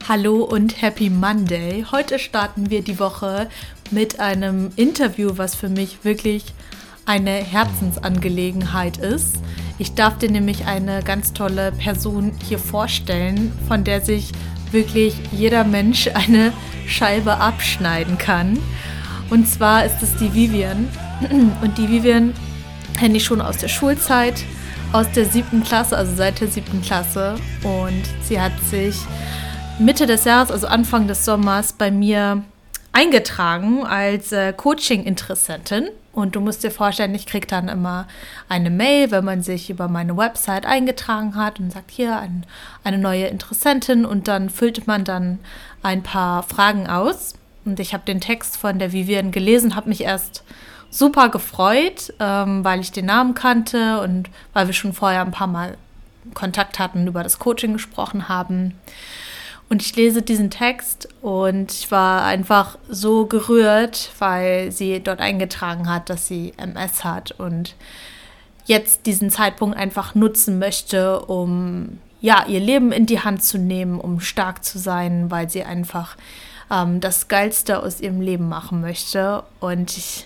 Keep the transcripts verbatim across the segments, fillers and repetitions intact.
Hallo und Happy Monday. Heute starten wir die Woche mit einem Interview, was für mich wirklich eine Herzensangelegenheit ist. Ich darf dir nämlich eine ganz tolle Person hier vorstellen, von der sich wirklich jeder Mensch eine Scheibe abschneiden kann. Und zwar ist es die Vivian. Und die Vivian kenne ich schon aus der Schulzeit, aus der siebten Klasse, also seit der siebten Klasse. Und sie hat sich Mitte des Jahres, also Anfang des Sommers, bei mir eingetragen als äh, Coaching-Interessentin. Und du musst dir vorstellen, ich kriege dann immer eine Mail, wenn man sich über meine Website eingetragen hat und sagt, hier ein, eine neue Interessentin, und dann füllt man dann ein paar Fragen aus. Und ich habe den Text von der Vivian gelesen, habe mich erst super gefreut, ähm, weil ich den Namen kannte und weil wir schon vorher ein paar Mal Kontakt hatten, über das Coaching gesprochen haben. Und ich lese diesen Text und ich war einfach so gerührt, weil sie dort eingetragen hat, dass sie M S hat und jetzt diesen Zeitpunkt einfach nutzen möchte, um ja, ihr Leben in die Hand zu nehmen, um stark zu sein, weil sie einfach ähm, das Geilste aus ihrem Leben machen möchte. Und ich,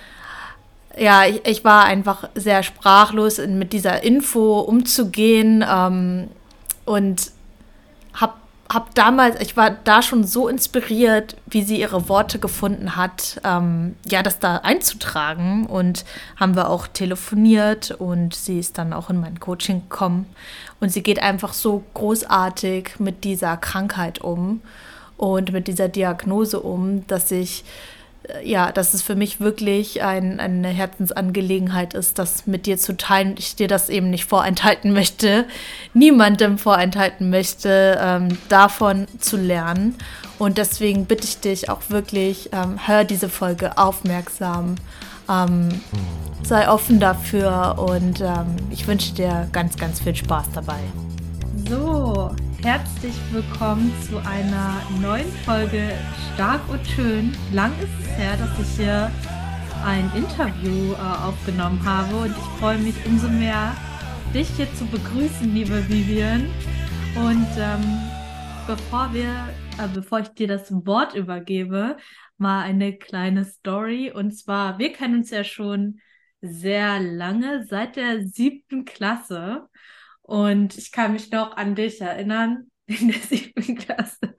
ja, ich, ich war einfach sehr sprachlos, mit dieser Info umzugehen, ähm, und habe hab damals, ich war da schon so inspiriert, wie sie ihre Worte gefunden hat, ähm, ja, das da einzutragen. Und haben wir auch telefoniert und sie ist dann auch in mein Coaching gekommen. Und sie geht einfach so großartig mit dieser Krankheit um und mit dieser Diagnose um, dass ich ja, dass es für mich wirklich ein, eine Herzensangelegenheit ist, das mit dir zu teilen. Ich dir das eben nicht vorenthalten möchte, niemandem vorenthalten möchte, ähm, davon zu lernen. Und deswegen bitte ich dich auch wirklich, ähm, hör diese Folge aufmerksam, ähm, sei offen dafür und ähm, ich wünsche dir ganz, ganz viel Spaß dabei. So, herzlich willkommen zu einer neuen Folge Stark und Schön. Lang ist es her, dass ich hier ein Interview äh, aufgenommen habe und ich freue mich umso mehr, dich hier zu begrüßen, liebe Vivian. Und ähm, bevor wir, äh, bevor ich dir das Wort übergebe, mal eine kleine Story. Und zwar, wir kennen uns ja schon sehr lange, seit der siebten Klasse. Und ich kann mich noch an dich erinnern, in der siebten Klasse.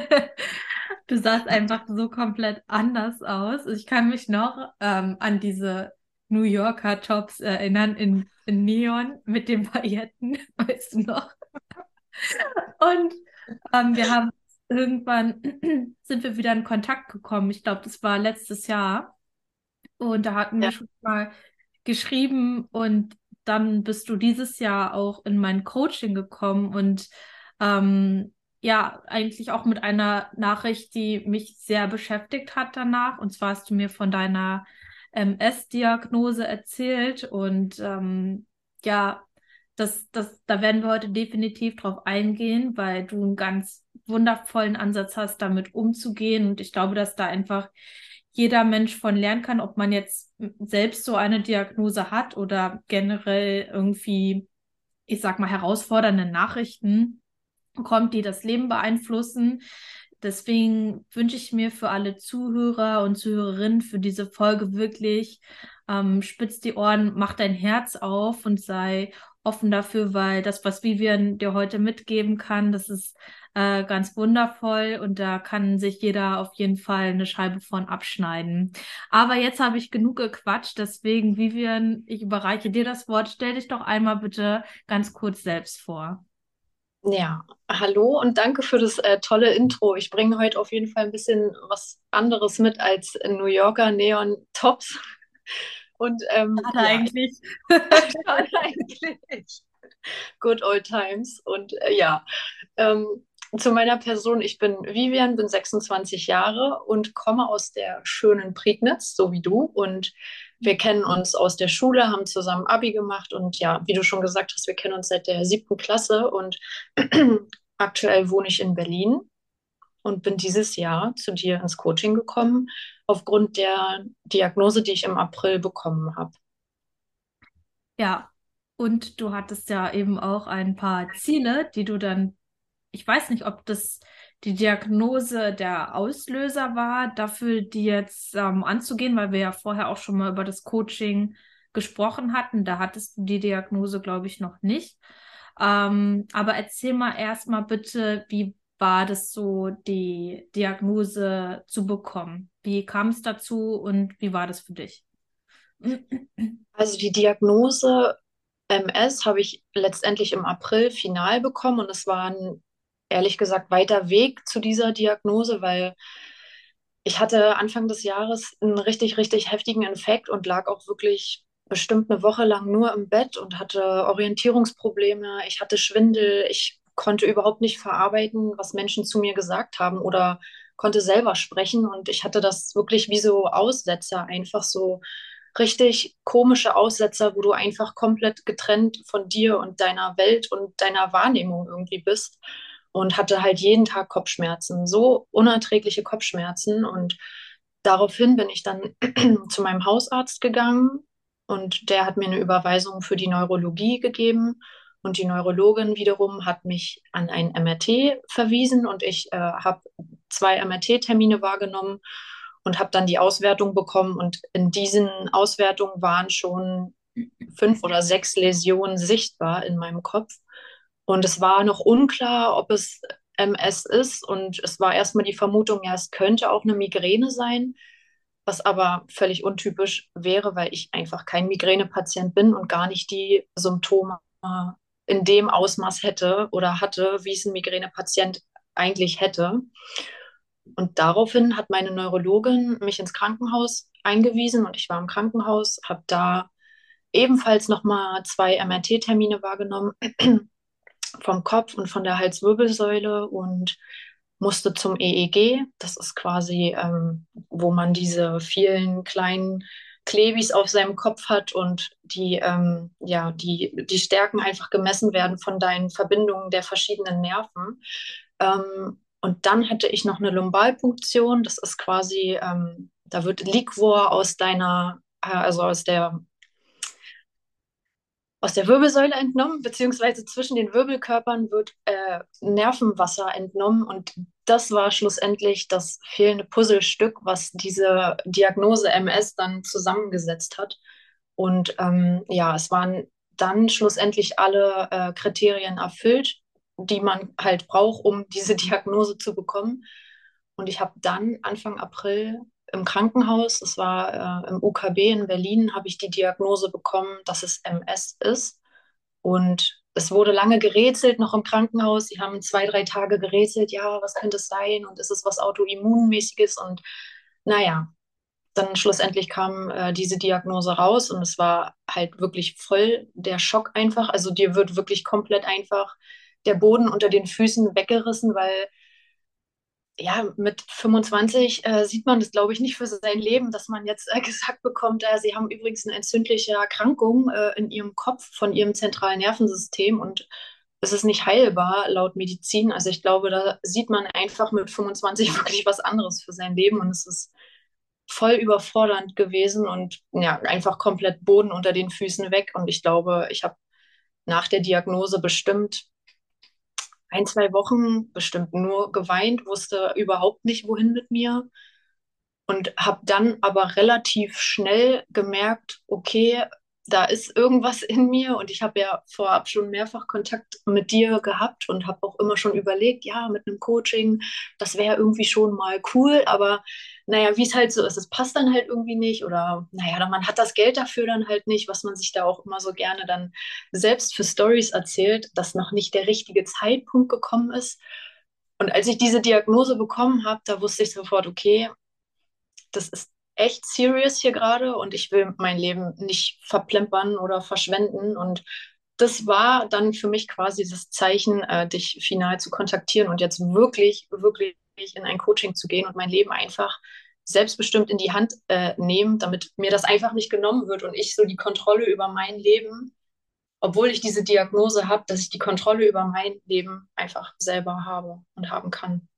Du sahst einfach so komplett anders aus. Ich kann mich noch ähm, an diese New Yorker Tops erinnern, in, in Neon mit den Pailletten, weißt du noch? Und ähm, wir haben irgendwann, sind wir wieder in Kontakt gekommen. Ich glaube, das war letztes Jahr. Und da hatten wir Ja. schon mal geschrieben und dann bist du dieses Jahr auch in mein Coaching gekommen und ähm, ja, eigentlich auch mit einer Nachricht, die mich sehr beschäftigt hat danach. Und zwar hast du mir von deiner M S-Diagnose erzählt und ähm, ja, das, das, da werden wir heute definitiv drauf eingehen, weil du einen ganz wundervollen Ansatz hast, damit umzugehen. Und ich glaube, dass da einfach jeder Mensch von lernen kann, ob man jetzt selbst so eine Diagnose hat oder generell irgendwie, ich sag mal, herausfordernde Nachrichten bekommt, die das Leben beeinflussen. Deswegen wünsche ich mir für alle Zuhörer und Zuhörerinnen für diese Folge wirklich, ähm, spitz die Ohren, mach dein Herz auf und sei offen dafür, weil das, was Vivian dir heute mitgeben kann, das ist äh, ganz wundervoll und da kann sich jeder auf jeden Fall eine Scheibe von abschneiden. Aber jetzt habe ich genug gequatscht, deswegen, Vivian, ich überreiche dir das Wort. Stell dich doch einmal bitte ganz kurz selbst vor. Ja, hallo und danke für das äh, tolle Intro. Ich bringe heute auf jeden Fall ein bisschen was anderes mit als New Yorker Neon Tops. Und ähm, Schade ja, eigentlich. schade eigentlich. Good old times. Und äh, ja, ähm, zu meiner Person, ich bin Vivian, bin sechsundzwanzig Jahre und komme aus der schönen Prignitz, so wie du. Und wir kennen uns aus der Schule, haben zusammen Abi gemacht und ja, wie du schon gesagt hast, wir kennen uns seit der siebten Klasse und aktuell wohne ich in Berlin und bin dieses Jahr zu dir ins Coaching gekommen, aufgrund der Diagnose, die ich im April bekommen habe. Ja, und du hattest ja eben auch ein paar Ziele, die du dann ich weiß nicht, ob das die Diagnose der Auslöser war, dafür die jetzt ähm, anzugehen, weil wir ja vorher auch schon mal über das Coaching gesprochen hatten. Da hattest du die Diagnose, glaube ich, noch nicht. Ähm, aber erzähl mal erstmal bitte, wie war das so, die Diagnose zu bekommen? Wie kam es dazu und wie war das für dich? Also die Diagnose M S habe ich letztendlich im April final bekommen und es war ein, ehrlich gesagt, weiter Weg zu dieser Diagnose, weil ich hatte Anfang des Jahres einen richtig, richtig heftigen Infekt und lag auch wirklich bestimmt eine Woche lang nur im Bett und hatte Orientierungsprobleme. Ich hatte Schwindel. Ich konnte überhaupt nicht verarbeiten, was Menschen zu mir gesagt haben oder konnte selber sprechen. Und ich hatte das wirklich wie so Aussetzer, einfach so richtig komische Aussetzer, wo du einfach komplett getrennt von dir und deiner Welt und deiner Wahrnehmung irgendwie bist und hatte halt jeden Tag Kopfschmerzen, so unerträgliche Kopfschmerzen. Und daraufhin bin ich dann zu meinem Hausarzt gegangen und der hat mir eine Überweisung für die Neurologie gegeben. Und die Neurologin wiederum hat mich an ein M R T verwiesen und ich äh, habe zwei M R T-Termine wahrgenommen und habe dann die Auswertung bekommen. Und in diesen Auswertungen waren schon fünf oder sechs Läsionen sichtbar in meinem Kopf. Und es war noch unklar, ob es M S ist. Und es war erstmal die Vermutung, ja, es könnte auch eine Migräne sein, was aber völlig untypisch wäre, weil ich einfach kein Migränepatient bin und gar nicht die Symptome in dem Ausmaß hätte oder hatte, wie es ein Migränepatient eigentlich hätte. Und daraufhin hat meine Neurologin mich ins Krankenhaus eingewiesen und ich war im Krankenhaus, habe da ebenfalls nochmal zwei M R T-Termine wahrgenommen vom Kopf und von der Halswirbelsäule und musste zum E E G. Das ist quasi, ähm, wo man diese vielen kleinen Klebis auf seinem Kopf hat und die, ähm, ja, die, die Stärken einfach gemessen werden von deinen Verbindungen der verschiedenen Nerven. Ähm, und dann hatte ich noch eine Lumbalpunktion. Das ist quasi, ähm, da wird Liquor aus deiner, äh, also aus der aus der Wirbelsäule entnommen, beziehungsweise zwischen den Wirbelkörpern wird äh, Nervenwasser entnommen und das war schlussendlich das fehlende Puzzlestück, was diese Diagnose M S dann zusammengesetzt hat. Und ähm, ja, es waren dann schlussendlich alle äh, Kriterien erfüllt, die man halt braucht, um diese Diagnose zu bekommen. Und ich habe dann Anfang April im Krankenhaus, das war äh, im U K B in Berlin, habe ich die Diagnose bekommen, dass es M S ist. Und es wurde lange gerätselt, noch im Krankenhaus. Sie haben zwei, drei Tage gerätselt, ja, was könnte es sein? Und ist es was Autoimmunmäßiges? Und naja, dann schlussendlich kam äh, diese Diagnose raus und es war halt wirklich voll der Schock einfach. Also dir wird wirklich komplett einfach der Boden unter den Füßen weggerissen, weil ja, mit fünfundzwanzig äh, sieht man das, glaube ich, nicht für sein Leben, dass man jetzt äh, gesagt bekommt, äh, sie haben übrigens eine entzündliche Erkrankung äh, in ihrem Kopf von ihrem zentralen Nervensystem und es ist nicht heilbar laut Medizin. Also ich glaube, da sieht man einfach mit fünfundzwanzig wirklich was anderes für sein Leben und es ist voll überfordernd gewesen und ja, einfach komplett Boden unter den Füßen weg. Und ich glaube, ich habe nach der Diagnose bestimmt ein, zwei Wochen bestimmt nur geweint, wusste überhaupt nicht, wohin mit mir und habe dann aber relativ schnell gemerkt, okay, da ist irgendwas in mir und ich habe ja vorab schon mehrfach Kontakt mit dir gehabt und habe auch immer schon überlegt, ja, mit einem Coaching, das wäre irgendwie schon mal cool, aber naja, wie es halt so ist, es passt dann halt irgendwie nicht oder naja, man hat das Geld dafür dann halt nicht, was man sich da auch immer so gerne dann selbst für Stories erzählt, dass noch nicht der richtige Zeitpunkt gekommen ist. Und als ich diese Diagnose bekommen habe, da wusste ich sofort, okay, das ist echt serious hier gerade und ich will mein Leben nicht verplempern oder verschwenden. Und das war dann für mich quasi das Zeichen, äh, dich final zu kontaktieren und jetzt wirklich, wirklich in ein Coaching zu gehen und mein Leben einfach selbstbestimmt in die Hand äh, nehmen, damit mir das einfach nicht genommen wird und ich so die Kontrolle über mein Leben, obwohl ich diese Diagnose habe, dass ich die Kontrolle über mein Leben einfach selber habe und haben kann.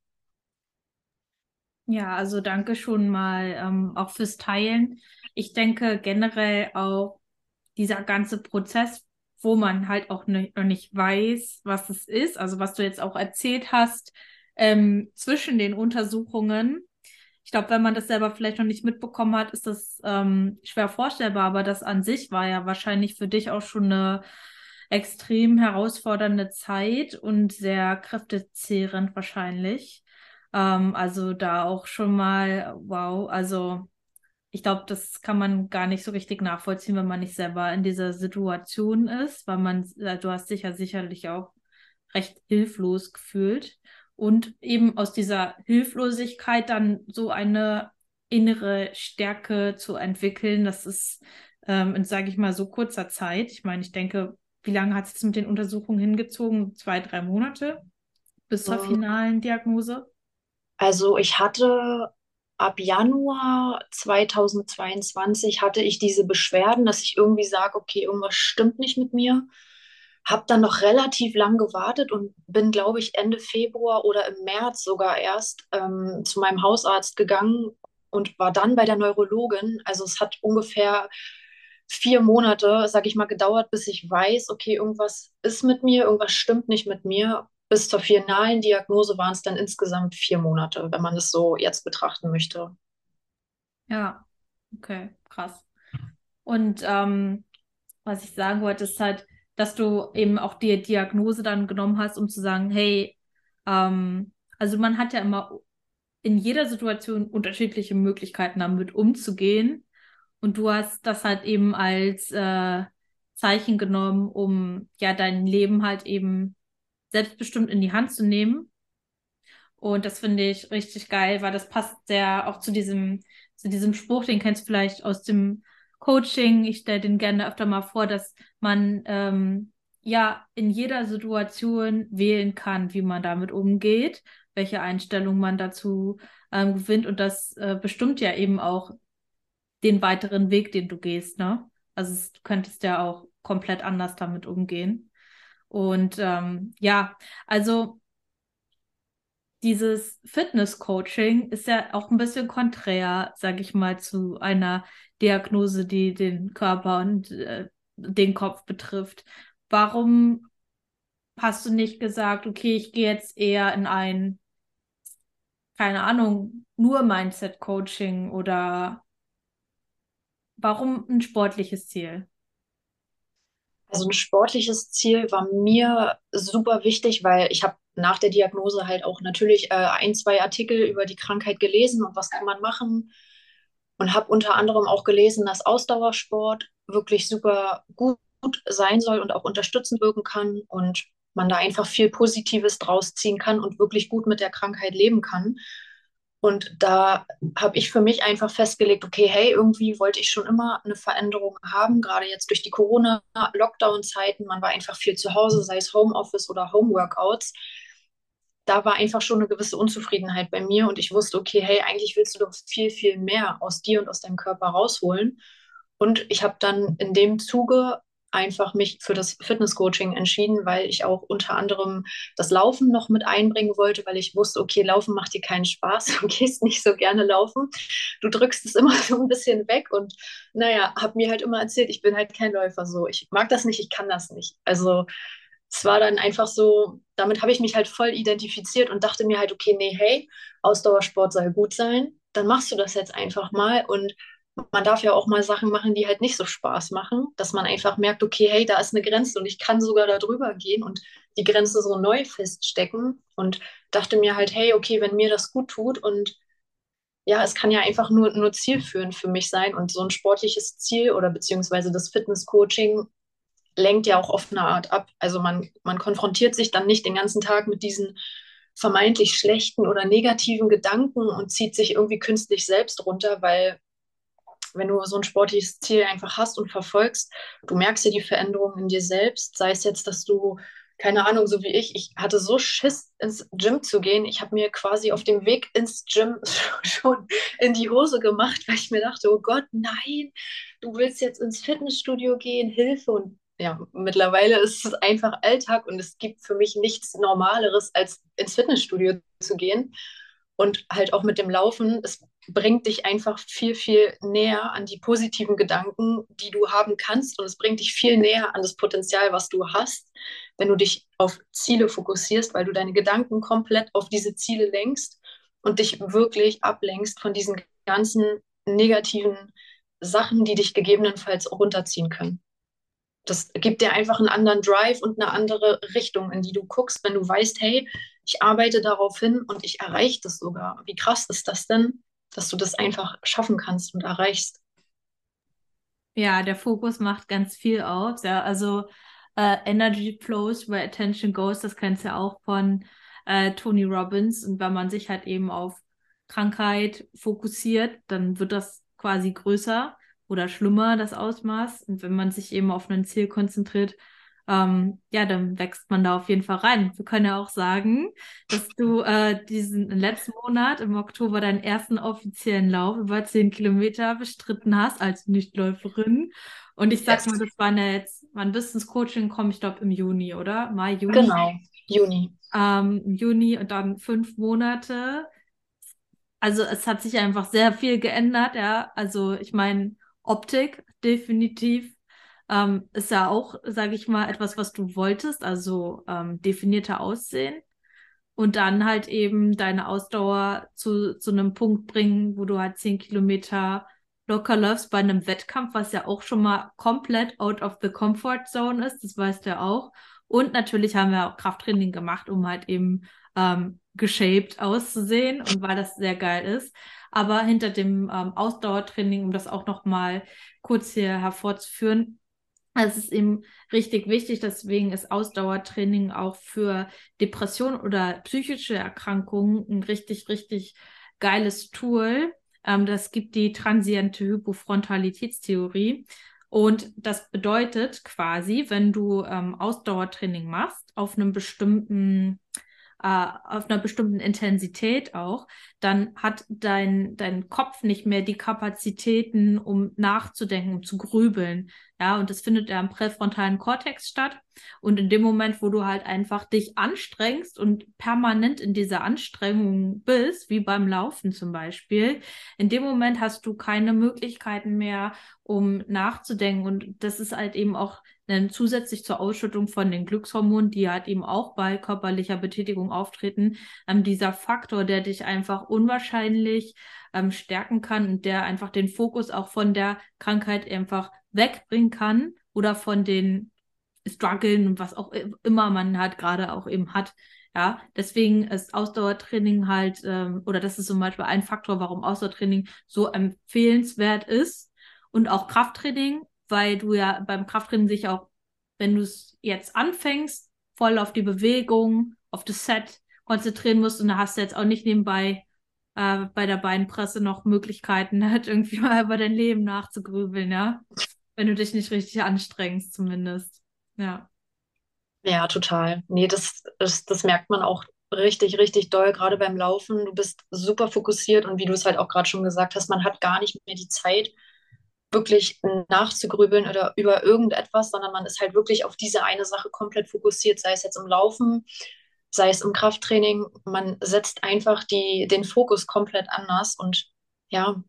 Ja, also danke schon mal ähm, auch fürs Teilen. Ich denke generell auch dieser ganze Prozess wo man halt auch ne, noch nicht weiß, was es ist, also was du jetzt auch erzählt hast, ähm, zwischen den Untersuchungen. Ich glaube, wenn man das selber vielleicht noch nicht mitbekommen hat, ist das ähm, schwer vorstellbar, aber das an sich war ja wahrscheinlich für dich auch schon eine extrem herausfordernde Zeit und sehr kräftezehrend wahrscheinlich. Ähm, also da auch schon mal, wow, also ich glaube, das kann man gar nicht so richtig nachvollziehen, wenn man nicht selber in dieser Situation ist, weil man, äh, du hast dich ja sicherlich auch recht hilflos gefühlt. Und eben aus dieser Hilflosigkeit dann so eine innere Stärke zu entwickeln, das ist ähm, in, sage ich mal, so kurzer Zeit. Ich meine, ich denke, wie lange hat es jetzt mit den Untersuchungen hingezogen? Zwei, drei Monate bis zur Ähm, finalen Diagnose? Also ich hatte ab Januar zweitausendzweiundzwanzig hatte ich diese Beschwerden, dass ich irgendwie sage, okay, irgendwas stimmt nicht mit mir. Habe dann noch relativ lang gewartet und bin, glaube ich, Ende Februar oder im März sogar erst ähm, zu meinem Hausarzt gegangen und war dann bei der Neurologin. Also es hat ungefähr vier Monate, sag ich mal, gedauert, bis ich weiß, okay, irgendwas ist mit mir, irgendwas stimmt nicht mit mir. Bis zur finalen Diagnose waren es dann insgesamt vier Monate, wenn man es so jetzt betrachten möchte. Ja, okay, krass. Und ähm, was ich sagen wollte, ist halt, dass du eben auch die Diagnose dann genommen hast, um zu sagen, hey, ähm, also man hat ja immer in jeder Situation unterschiedliche Möglichkeiten damit umzugehen. Und du hast das halt eben als äh, Zeichen genommen, um ja dein Leben halt eben selbstbestimmt in die Hand zu nehmen. Und das finde ich richtig geil, weil das passt sehr auch zu diesem, zu diesem Spruch, den kennst du vielleicht aus dem Coaching. Ich stelle den gerne öfter mal vor, dass man ähm, ja in jeder Situation wählen kann, wie man damit umgeht, welche Einstellung man dazu ähm, gewinnt. Und das äh, bestimmt ja eben auch den weiteren Weg, den du gehst, ne? Also es, du könntest ja auch komplett anders damit umgehen. Und ähm, ja, also dieses Fitness-Coaching ist ja auch ein bisschen konträr, sag ich mal, zu einer Diagnose, die den Körper und äh, den Kopf betrifft. Warum hast du nicht gesagt, okay, ich gehe jetzt eher in ein, keine Ahnung, nur Mindset-Coaching oder warum ein sportliches Ziel? Also ein sportliches Ziel war mir super wichtig, weil ich habe nach der Diagnose halt auch natürlich äh, ein, zwei Artikel über die Krankheit gelesen und was kann man machen. Und habe unter anderem auch gelesen, dass Ausdauersport wirklich super gut sein soll und auch unterstützend wirken kann und man da einfach viel Positives draus ziehen kann und wirklich gut mit der Krankheit leben kann. Und da habe ich für mich einfach festgelegt, okay, hey, irgendwie wollte ich schon immer eine Veränderung haben, gerade jetzt durch die Corona-Lockdown-Zeiten. Man war einfach viel zu Hause, sei es Homeoffice oder Homeworkouts. Da war einfach schon eine gewisse Unzufriedenheit bei mir und ich wusste, okay, hey, eigentlich willst du doch viel, viel mehr aus dir und aus deinem Körper rausholen. Und ich habe dann in dem Zuge einfach mich für das Fitness-Coaching entschieden, weil ich auch unter anderem das Laufen noch mit einbringen wollte, weil ich wusste, okay, Laufen macht dir keinen Spaß, du gehst nicht so gerne laufen, du drückst es immer so ein bisschen weg und naja, habe mir halt immer erzählt, ich bin halt kein Läufer so, ich mag das nicht, ich kann das nicht. Also es war dann einfach so, damit habe ich mich halt voll identifiziert und dachte mir halt, okay, nee, hey, Ausdauersport soll gut sein, dann machst du das jetzt einfach mal und man darf ja auch mal Sachen machen, die halt nicht so Spaß machen, dass man einfach merkt, okay, hey, da ist eine Grenze und ich kann sogar da drüber gehen und die Grenze so neu feststecken und dachte mir halt, hey, okay, wenn mir das gut tut und ja, es kann ja einfach nur, nur zielführend für mich sein und so ein sportliches Ziel oder beziehungsweise das Fitness-Coaching lenkt ja auch auf eine Art ab. Also man, man konfrontiert sich dann nicht den ganzen Tag mit diesen vermeintlich schlechten oder negativen Gedanken und zieht sich irgendwie künstlich selbst runter, weil wenn du so ein sportliches Ziel einfach hast und verfolgst, du merkst ja die Veränderung in dir selbst, sei es jetzt, dass du, keine Ahnung, so wie ich, ich hatte so Schiss, ins Gym zu gehen. Ich habe mir quasi auf dem Weg ins Gym schon in die Hose gemacht, weil ich mir dachte, oh Gott, nein, du willst jetzt ins Fitnessstudio gehen, Hilfe. Und ja, mittlerweile ist es einfach Alltag und es gibt für mich nichts Normaleres, als ins Fitnessstudio zu gehen. Und halt auch mit dem Laufen, es bringt dich einfach viel, viel näher an die positiven Gedanken, die du haben kannst. Und es bringt dich viel näher an das Potenzial, was du hast, wenn du dich auf Ziele fokussierst, weil du deine Gedanken komplett auf diese Ziele lenkst und dich wirklich ablenkst von diesen ganzen negativen Sachen, die dich gegebenenfalls runterziehen können. Das gibt dir einfach einen anderen Drive und eine andere Richtung, in die du guckst, wenn du weißt, hey, ich arbeite darauf hin und ich erreiche das sogar. Wie krass ist das denn, dass du das einfach schaffen kannst und erreichst? Ja, der Fokus macht ganz viel aus. Ja, also äh, Energy flows where attention goes, das kennst du ja auch von äh, Tony Robbins. Und wenn man sich halt eben auf Krankheit fokussiert, dann wird das quasi größer oder schlimmer, das Ausmaß. Und wenn man sich eben auf ein Ziel konzentriert, ähm, ja, dann wächst man da auf jeden Fall rein. Wir können ja auch sagen, dass du äh, diesen letzten Monat im Oktober deinen ersten offiziellen Lauf über zehn Kilometer bestritten hast als Nichtläuferin. Und ich sag Yes. mal, das waren ja jetzt, wann bist du ins Coaching gekommen? Ich glaube im Juni, oder? Mai, Juni. Genau, Juni. Ähm, im Juni und dann fünf Monate. Also es hat sich einfach sehr viel geändert, ja. Also ich meine, Optik definitiv ähm, ist ja auch, sage ich mal, etwas, was du wolltest, also ähm, definierter Aussehen. Und dann halt eben deine Ausdauer zu, zu einem Punkt bringen, wo du halt zehn Kilometer locker läufst bei einem Wettkampf, was ja auch schon mal komplett out of the comfort zone ist, das weißt du ja auch. Und natürlich haben wir auch Krafttraining gemacht, um halt eben ähm, geshaped auszusehen und weil das sehr geil ist. Aber hinter dem ähm, Ausdauertraining, um das auch noch mal kurz hier hervorzuführen, es ist eben richtig wichtig, deswegen ist Ausdauertraining auch für Depressionen oder psychische Erkrankungen ein richtig, richtig geiles Tool. Ähm, das gibt die transiente Hypofrontalitätstheorie. Und das bedeutet quasi, wenn du ähm, Ausdauertraining machst, auf einem bestimmten äh, auf einer bestimmten Intensität auch, dann hat dein, dein Kopf nicht mehr die Kapazitäten, um nachzudenken, um zu grübeln. Ja, und das findet ja im präfrontalen Kortex statt. Und in dem Moment, wo du halt einfach dich anstrengst und permanent in dieser Anstrengung bist, wie beim Laufen zum Beispiel, in dem Moment hast du keine Möglichkeiten mehr, um nachzudenken. Und das ist halt eben auch dann zusätzlich zur Ausschüttung von den Glückshormonen, die halt eben auch bei körperlicher Betätigung auftreten, ähm, dieser Faktor, der dich einfach unwahrscheinlich ähm, stärken kann und der einfach den Fokus auch von der Krankheit einfach wegbringen kann oder von den Struggeln und was auch immer man halt gerade auch eben hat. Ja, deswegen ist Ausdauertraining halt, ähm, oder das ist zum Beispiel ein Faktor, warum Ausdauertraining so empfehlenswert ist und auch Krafttraining, weil du ja beim Krafttraining sich auch, wenn du es jetzt anfängst, voll auf die Bewegung, auf das Set konzentrieren musst und da hast du jetzt auch nicht nebenbei äh, bei der Beinpresse noch Möglichkeiten, halt irgendwie mal über dein Leben nachzugrübeln, ja. Wenn du dich nicht richtig anstrengst, zumindest. Ja. Ja, total. Nee, das, das, das merkt man auch richtig, richtig doll, gerade beim Laufen. Du bist super fokussiert und wie du es halt auch gerade schon gesagt hast, man hat gar nicht mehr die Zeit, wirklich nachzugrübeln oder über irgendetwas, sondern man ist halt wirklich auf diese eine Sache komplett fokussiert, sei es jetzt im Laufen, sei es im Krafttraining. Man setzt einfach die, den Fokus komplett anders und ja,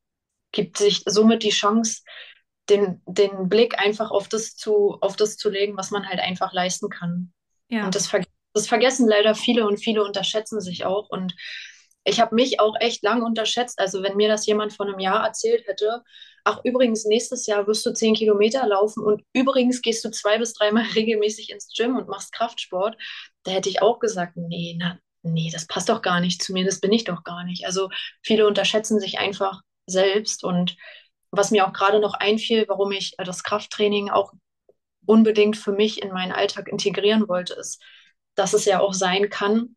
gibt sich somit die Chance, den, den Blick einfach auf das zu, auf das zu legen, was man halt einfach leisten kann. Ja. Und das, ver das vergessen leider viele und viele unterschätzen sich auch. Und ich habe mich auch echt lange unterschätzt. Also wenn mir das jemand vor einem Jahr erzählt hätte, ach übrigens, nächstes Jahr wirst du zehn Kilometer laufen und übrigens gehst du zwei bis dreimal regelmäßig ins Gym und machst Kraftsport, da hätte ich auch gesagt, nee, na, nee, das passt doch gar nicht zu mir, das bin ich doch gar nicht. Also viele unterschätzen sich einfach selbst und was mir auch gerade noch einfiel, warum ich das Krafttraining auch unbedingt für mich in meinen Alltag integrieren wollte, ist, dass es ja auch sein kann,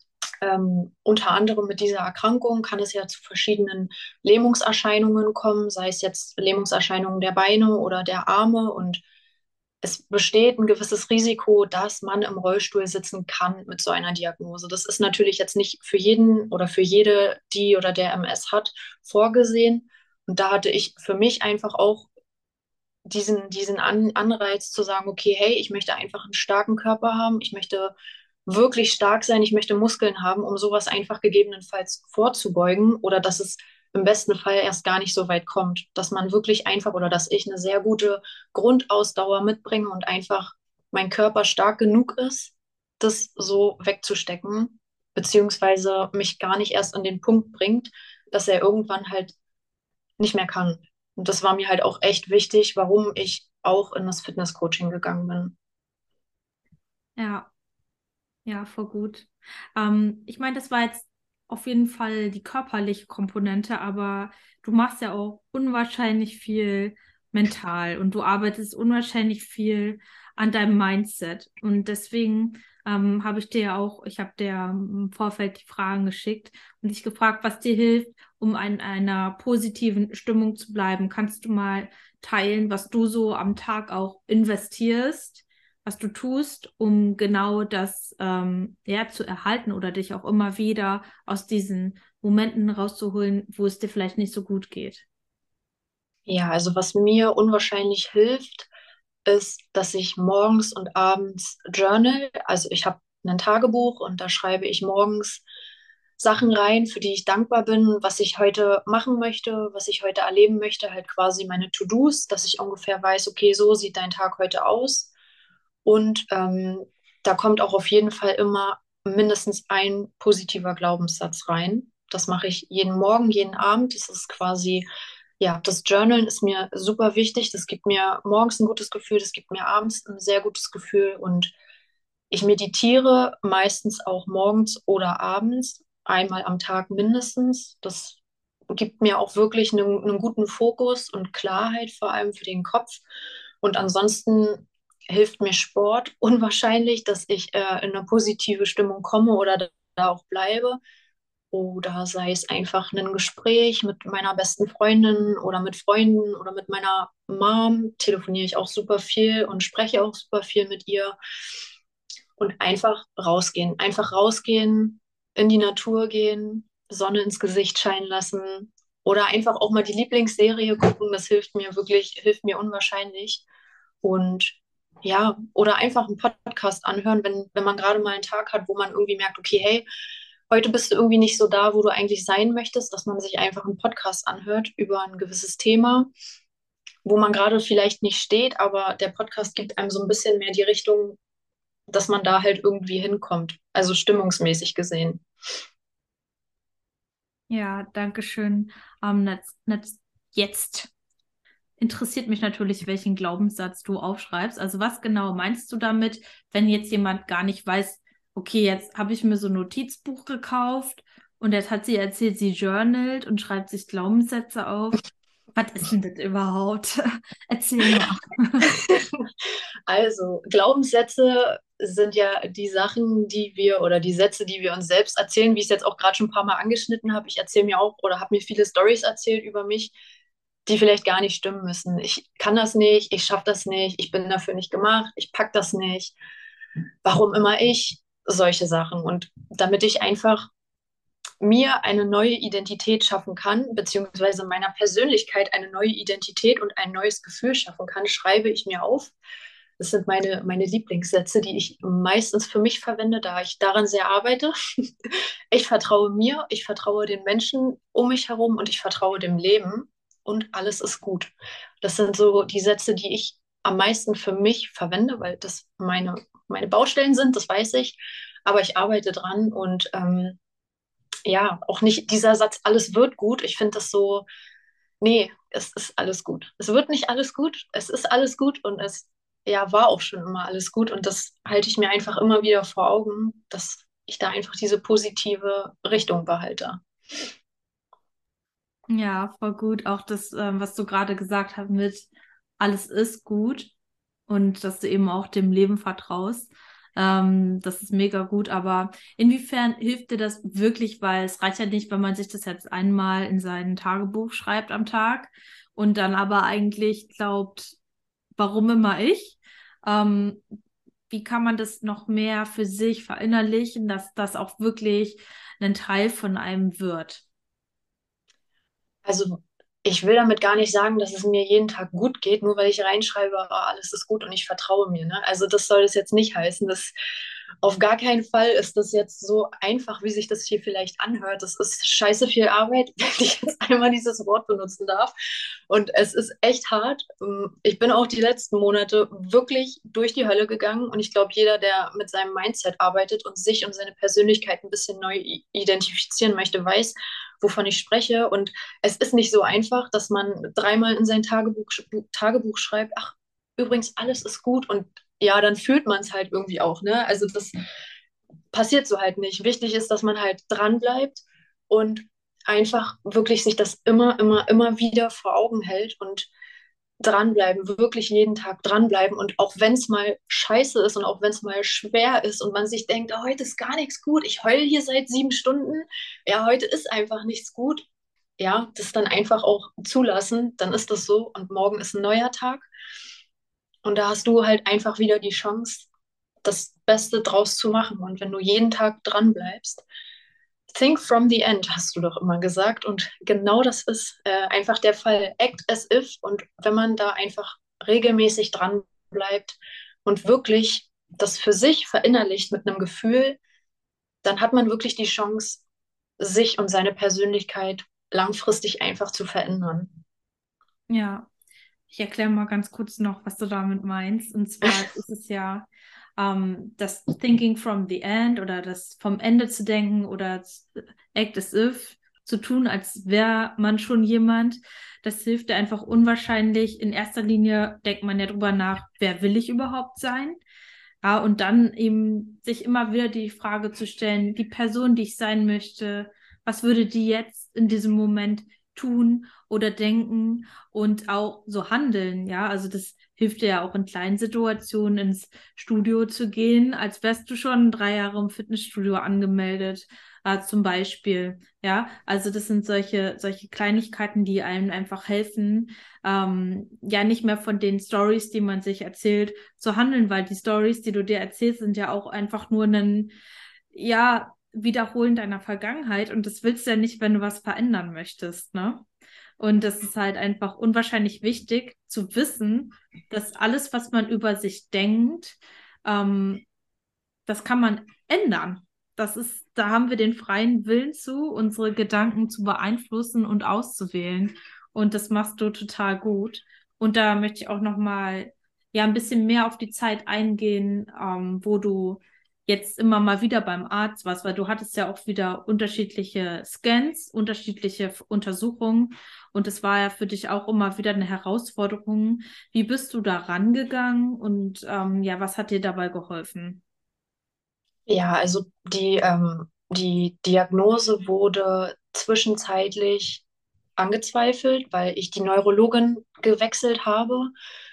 ähm, unter anderem mit dieser Erkrankung kann es ja zu verschiedenen Lähmungserscheinungen kommen, sei es jetzt Lähmungserscheinungen der Beine oder der Arme. Und es besteht ein gewisses Risiko, dass man im Rollstuhl sitzen kann mit so einer Diagnose. Das ist natürlich jetzt nicht für jeden oder für jede, die oder der M S hat, vorgesehen. Und da hatte ich für mich einfach auch diesen, diesen An Anreiz zu sagen, okay, hey, ich möchte einfach einen starken Körper haben, ich möchte wirklich stark sein, ich möchte Muskeln haben, um sowas einfach gegebenenfalls vorzubeugen oder dass es im besten Fall erst gar nicht so weit kommt, dass man wirklich einfach oder dass ich eine sehr gute Grundausdauer mitbringe und einfach mein Körper stark genug ist, das so wegzustecken, beziehungsweise mich gar nicht erst an den Punkt bringt, dass er irgendwann halt nicht mehr kann. Und das war mir halt auch echt wichtig, warum ich auch in das Fitnesscoaching gegangen bin. Ja, ja, voll gut. Ähm, ich meine, das war jetzt auf jeden Fall die körperliche Komponente, aber du machst ja auch unwahrscheinlich viel mental und du arbeitest unwahrscheinlich viel an deinem Mindset. Und deswegen ähm, habe ich dir ja auch, ich habe dir im Vorfeld die Fragen geschickt und dich gefragt, was dir hilft, um in einer positiven Stimmung zu bleiben. Kannst du mal teilen, was du so am Tag auch investierst, was du tust, um genau das ähm, ja, zu erhalten oder dich auch immer wieder aus diesen Momenten rauszuholen, wo es dir vielleicht nicht so gut geht? Ja, also was mir unwahrscheinlich hilft, ist, dass ich morgens und abends journal. Also ich habe ein Tagebuch und da schreibe ich morgens Sachen rein, für die ich dankbar bin, was ich heute machen möchte, was ich heute erleben möchte, halt quasi meine To-Dos, dass ich ungefähr weiß, okay, so sieht dein Tag heute aus. Und ähm, da kommt auch auf jeden Fall immer mindestens ein positiver Glaubenssatz rein. Das mache ich jeden Morgen, jeden Abend. Das ist quasi, ja, das Journalen ist mir super wichtig. Das gibt mir morgens ein gutes Gefühl, das gibt mir abends ein sehr gutes Gefühl. Und ich meditiere meistens auch morgens oder abends, einmal am Tag mindestens. Das gibt mir auch wirklich einen, einen guten Fokus und Klarheit, vor allem für den Kopf. Und ansonsten hilft mir Sport unwahrscheinlich, dass ich äh, in eine positive Stimmung komme oder da, da auch bleibe. Oder sei es einfach ein Gespräch mit meiner besten Freundin oder mit Freunden oder mit meiner Mom, telefoniere ich auch super viel und spreche auch super viel mit ihr. Und einfach rausgehen, einfach rausgehen, in die Natur gehen, Sonne ins Gesicht scheinen lassen oder einfach auch mal die Lieblingsserie gucken. Das hilft mir wirklich, hilft mir unwahrscheinlich. Und ja, oder einfach einen Podcast anhören, wenn, wenn man gerade mal einen Tag hat, wo man irgendwie merkt, okay, hey, heute bist du irgendwie nicht so da, wo du eigentlich sein möchtest, dass man sich einfach einen Podcast anhört über ein gewisses Thema, wo man gerade vielleicht nicht steht, aber der Podcast gibt einem so ein bisschen mehr die Richtung, dass man da halt irgendwie hinkommt. Also stimmungsmäßig gesehen. Ja, danke schön. Ähm, jetzt, jetzt, jetzt interessiert mich natürlich, welchen Glaubenssatz du aufschreibst. Also was genau meinst du damit, wenn jetzt jemand gar nicht weiß, okay, jetzt habe ich mir so ein Notizbuch gekauft und jetzt hat sie erzählt, sie journalt und schreibt sich Glaubenssätze auf. Was ist denn das überhaupt? Erzähl mal. Also, Glaubenssätze sind ja die Sachen, die wir oder die Sätze, die wir uns selbst erzählen, wie ich es jetzt auch gerade schon ein paar Mal angeschnitten habe. Ich erzähle mir auch oder habe mir viele Stories erzählt über mich, die vielleicht gar nicht stimmen müssen. Ich kann das nicht, ich schaffe das nicht, ich bin dafür nicht gemacht, ich packe das nicht. Warum immer ich? Solche Sachen. Und damit ich einfach mir eine neue Identität schaffen kann, beziehungsweise meiner Persönlichkeit eine neue Identität und ein neues Gefühl schaffen kann, schreibe ich mir auf. Das sind meine, meine Lieblingssätze, die ich meistens für mich verwende, da ich daran sehr arbeite. Ich vertraue mir, ich vertraue den Menschen um mich herum und ich vertraue dem Leben und alles ist gut. Das sind so die Sätze, die ich am meisten für mich verwende, weil das meine, meine Baustellen sind, das weiß ich. Aber ich arbeite dran und ähm, ja, auch nicht dieser Satz, alles wird gut. Ich finde das so, nee, es ist alles gut. Es wird nicht alles gut, es ist alles gut und es ja, war auch schon immer alles gut und das halte ich mir einfach immer wieder vor Augen, dass ich da einfach diese positive Richtung behalte. Ja, voll gut. Auch das, ähm, was du gerade gesagt hast mit alles ist gut und dass du eben auch dem Leben vertraust. Ähm, das ist mega gut. Aber inwiefern hilft dir das wirklich? Weil es reicht ja nicht, wenn man sich das jetzt einmal in sein Tagebuch schreibt am Tag und dann aber eigentlich glaubt, warum immer ich? Ähm, Wie kann man das noch mehr für sich verinnerlichen, dass das auch wirklich ein Teil von einem wird? Also ich will damit gar nicht sagen, dass es mir jeden Tag gut geht, nur weil ich reinschreibe, ah, alles ist gut und ich vertraue mir. Ne? Also das soll es jetzt nicht heißen. Das Auf gar keinen Fall ist das jetzt so einfach, wie sich das hier vielleicht anhört. Das ist scheiße viel Arbeit, wenn ich jetzt einmal dieses Wort benutzen darf. Und es ist echt hart. Ähm, Ich bin auch die letzten Monate wirklich durch die Hölle gegangen. Und ich glaube, jeder, der mit seinem Mindset arbeitet und sich und seine Persönlichkeit ein bisschen neu identifizieren möchte, weiß, wovon ich spreche. Und es ist nicht so einfach, dass man dreimal in sein Tagebuch, Tagebuch schreibt, ach, übrigens, alles ist gut und ja, dann fühlt man es halt irgendwie auch, ne? Also das passiert so halt nicht. Wichtig ist, dass man halt dran bleibt und einfach wirklich sich das immer, immer, immer wieder vor Augen hält und dranbleiben, wirklich jeden Tag dranbleiben. Und auch wenn es mal scheiße ist und auch wenn es mal schwer ist und man sich denkt, oh, heute ist gar nichts gut, ich heule hier seit sieben Stunden, ja, heute ist einfach nichts gut. Ja, das dann einfach auch zulassen, dann ist das so und morgen ist ein neuer Tag. Und da hast du halt einfach wieder die Chance, das Beste draus zu machen. Und wenn du jeden Tag dran bleibst, think from the end, hast du doch immer gesagt. Und genau das ist äh, einfach der Fall. Act as if. Und wenn man da einfach regelmäßig dran bleibt und wirklich das für sich verinnerlicht mit einem Gefühl, dann hat man wirklich die Chance, sich und seine Persönlichkeit langfristig einfach zu verändern. Ja, ich erkläre mal ganz kurz noch, was du damit meinst. Und zwar ist es ja ähm, das Thinking from the End oder das vom Ende zu denken oder Act as if zu tun, als wäre man schon jemand. Das hilft dir einfach unwahrscheinlich. In erster Linie denkt man ja drüber nach, wer will ich überhaupt sein? Ja, und dann eben sich immer wieder die Frage zu stellen, die Person, die ich sein möchte, was würde die jetzt in diesem Moment tun oder denken und auch so handeln, ja, also das hilft dir ja auch in kleinen Situationen ins Studio zu gehen, als wärst du schon drei Jahre im Fitnessstudio angemeldet, äh, zum Beispiel, ja, also das sind solche, solche Kleinigkeiten, die einem einfach helfen, ähm, ja, nicht mehr von den Stories, die man sich erzählt, zu handeln, weil die Stories, die du dir erzählst, sind ja auch einfach nur ein, ja, Wiederholen deiner Vergangenheit und das willst du ja nicht, wenn du was verändern möchtest, ne? Und das ist halt einfach unwahrscheinlich wichtig zu wissen, dass alles, was man über sich denkt, ähm, das kann man ändern. Das ist, da haben wir den freien Willen zu, unsere Gedanken zu beeinflussen und auszuwählen. Und das machst du total gut. Und da möchte ich auch noch mal ja ein bisschen mehr auf die Zeit eingehen, ähm, wo du jetzt immer mal wieder beim Arzt warst, weil du hattest ja auch wieder unterschiedliche Scans, unterschiedliche Untersuchungen. Und es war ja für dich auch immer wieder eine Herausforderung. Wie bist du da rangegangen und ähm, ja, was hat dir dabei geholfen? Ja, also die, ähm, die Diagnose wurde zwischenzeitlich angezweifelt, weil ich die Neurologin gewechselt habe.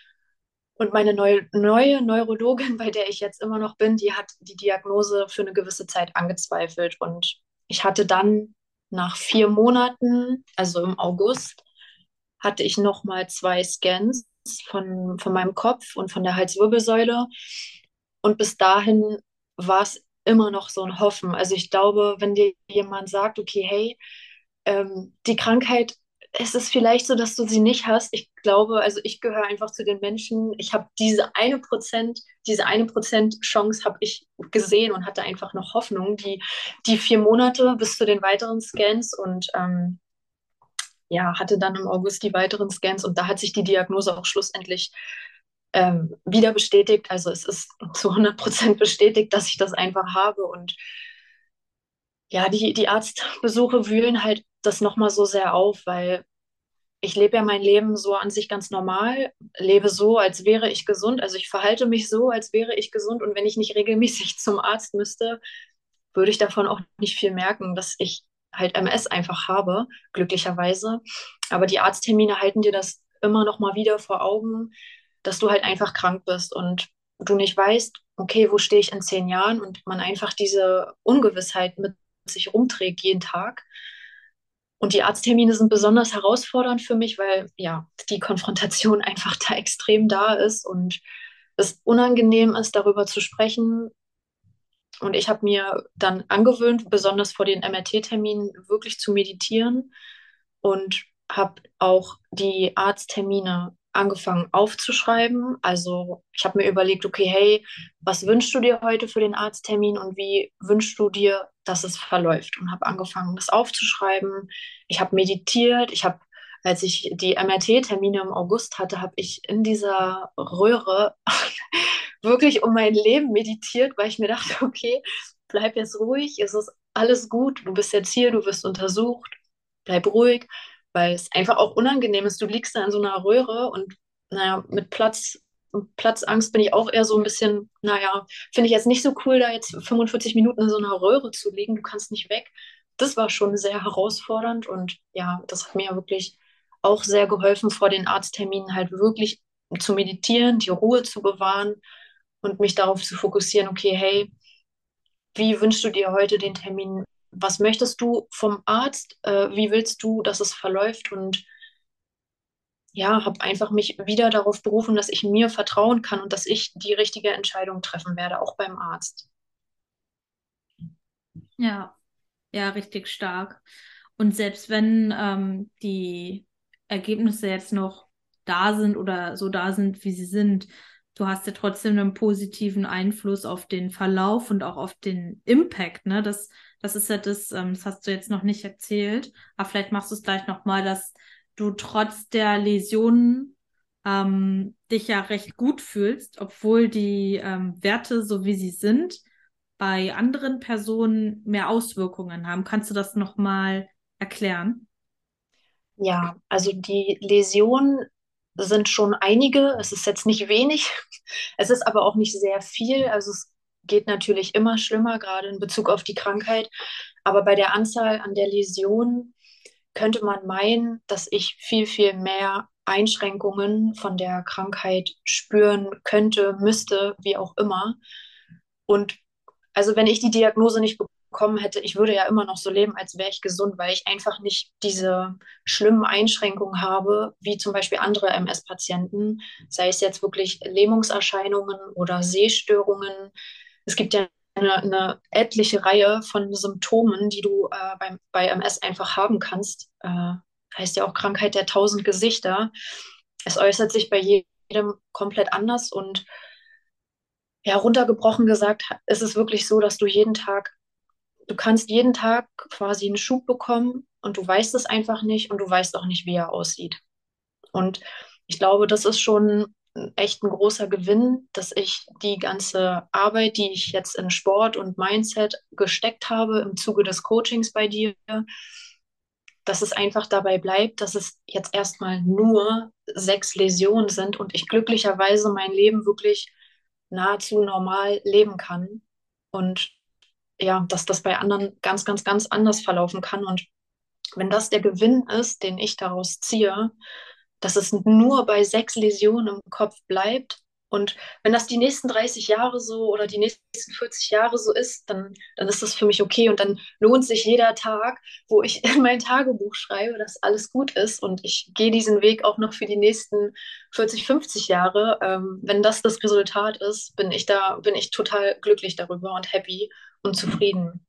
Und meine neu, neue Neurologin, bei der ich jetzt immer noch bin, die hat die Diagnose für eine gewisse Zeit angezweifelt. Und ich hatte dann nach vier Monaten, also im August, hatte ich nochmal zwei Scans von, von meinem Kopf und von der Halswirbelsäule. Und bis dahin war es immer noch so ein Hoffen. Also ich glaube, wenn dir jemand sagt, okay, hey, ähm, die Krankheit, es ist vielleicht so, dass du sie nicht hast. Ich glaube, also ich gehöre einfach zu den Menschen. Ich habe diese eine Prozent, diese eine Prozent Chance habe ich gesehen und hatte einfach noch Hoffnung. Die, die vier Monate bis zu den weiteren Scans und ähm, ja, hatte dann im August die weiteren Scans und da hat sich die Diagnose auch schlussendlich ähm, wieder bestätigt. Also es ist zu hundert Prozent bestätigt, dass ich das einfach habe und ja, die, die Arztbesuche wühlen halt das nochmal so sehr auf, weil ich lebe ja mein Leben so an sich ganz normal, lebe so, als wäre ich gesund. Also ich verhalte mich so, als wäre ich gesund. Und wenn ich nicht regelmäßig zum Arzt müsste, würde ich davon auch nicht viel merken, dass ich halt M S einfach habe, glücklicherweise. Aber die Arzttermine halten dir das immer noch mal wieder vor Augen, dass du halt einfach krank bist und du nicht weißt, okay, wo stehe ich in zehn Jahren? Und man einfach diese Ungewissheit mit sich rumträgt jeden Tag. Und die Arzttermine sind besonders herausfordernd für mich, weil ja die Konfrontation einfach da extrem da ist und es unangenehm ist, darüber zu sprechen. Und ich habe mir dann angewöhnt, besonders vor den M R T-Terminen wirklich zu meditieren und habe auch die Arzttermine angefangen aufzuschreiben. Also ich habe mir überlegt, okay, hey, was wünschst du dir heute für den Arzttermin und wie wünschst du dir, dass es verläuft? Und habe angefangen, das aufzuschreiben. Ich habe meditiert. Ich habe, als ich die M R T-Termine im August hatte, habe ich in dieser Röhre wirklich um mein Leben meditiert, weil ich mir dachte, okay, bleib jetzt ruhig, es ist alles gut, du bist jetzt hier, du wirst untersucht, bleib ruhig, weil es einfach auch unangenehm ist. Du liegst da in so einer Röhre und naja, mit Platz, Platzangst bin ich auch eher so ein bisschen, naja, finde ich jetzt nicht so cool, da jetzt fünfundvierzig Minuten in so einer Röhre zu liegen. Du kannst nicht weg. Das war schon sehr herausfordernd und ja, das hat mir wirklich auch sehr geholfen, vor den Arztterminen halt wirklich zu meditieren, die Ruhe zu bewahren und mich darauf zu fokussieren, okay, hey, wie wünschst du dir heute den Termin? Was möchtest du vom Arzt? Äh, wie willst du, dass es verläuft? Und ja, habe einfach mich wieder darauf berufen, dass ich mir vertrauen kann und dass ich die richtige Entscheidung treffen werde, auch beim Arzt. Ja, ja, richtig stark. Und selbst wenn ähm, die Ergebnisse jetzt noch da sind oder so da sind, wie sie sind, du hast ja trotzdem einen positiven Einfluss auf den Verlauf und auch auf den Impact, ne? Das, das ist ja das, ähm, das hast du jetzt noch nicht erzählt, aber vielleicht machst du es gleich nochmal, dass du trotz der Läsionen ähm, dich ja recht gut fühlst, obwohl die ähm, Werte, so wie sie sind, bei anderen Personen mehr Auswirkungen haben. Kannst du das nochmal erklären? Ja, also die Läsionen sind schon einige. Es ist jetzt nicht wenig. Es ist aber auch nicht sehr viel. Also es geht natürlich immer schlimmer, gerade in Bezug auf die Krankheit. Aber bei der Anzahl an der Läsionen könnte man meinen, dass ich viel, viel mehr Einschränkungen von der Krankheit spüren könnte, müsste, wie auch immer. Und also wenn ich die Diagnose nicht bekommen hätte, ich würde ja immer noch so leben, als wäre ich gesund, weil ich einfach nicht diese schlimmen Einschränkungen habe, wie zum Beispiel andere M S-Patienten, sei es jetzt wirklich Lähmungserscheinungen oder Sehstörungen. Es gibt ja eine, eine etliche Reihe von Symptomen, die du äh, beim, bei M S einfach haben kannst. Äh, heißt ja auch Krankheit der tausend Gesichter. Es äußert sich bei jedem komplett anders und ja, runtergebrochen gesagt, ist es wirklich so, dass du jeden Tag, du kannst jeden Tag quasi einen Schub bekommen und du weißt es einfach nicht und du weißt auch nicht, wie er aussieht. Und ich glaube, das ist schon echt ein großer Gewinn, dass ich die ganze Arbeit, die ich jetzt in Sport und Mindset gesteckt habe im Zuge des Coachings bei dir, dass es einfach dabei bleibt, dass es jetzt erstmal nur sechs Läsionen sind und ich glücklicherweise mein Leben wirklich nahezu normal leben kann. Und ja, dass das bei anderen ganz, ganz, ganz anders verlaufen kann. Und wenn das der Gewinn ist, den ich daraus ziehe, dass es nur bei sechs Läsionen im Kopf bleibt. Und wenn das die nächsten dreißig Jahre so oder die nächsten vierzig Jahre so ist, dann, dann ist das für mich okay. Und dann lohnt sich jeder Tag, wo ich in mein Tagebuch schreibe, dass alles gut ist. Und ich gehe diesen Weg auch noch für die nächsten vierzig, fünfzig Jahre. Ähm, wenn das das Resultat ist, bin ich da, bin ich total glücklich darüber und happy und zufrieden.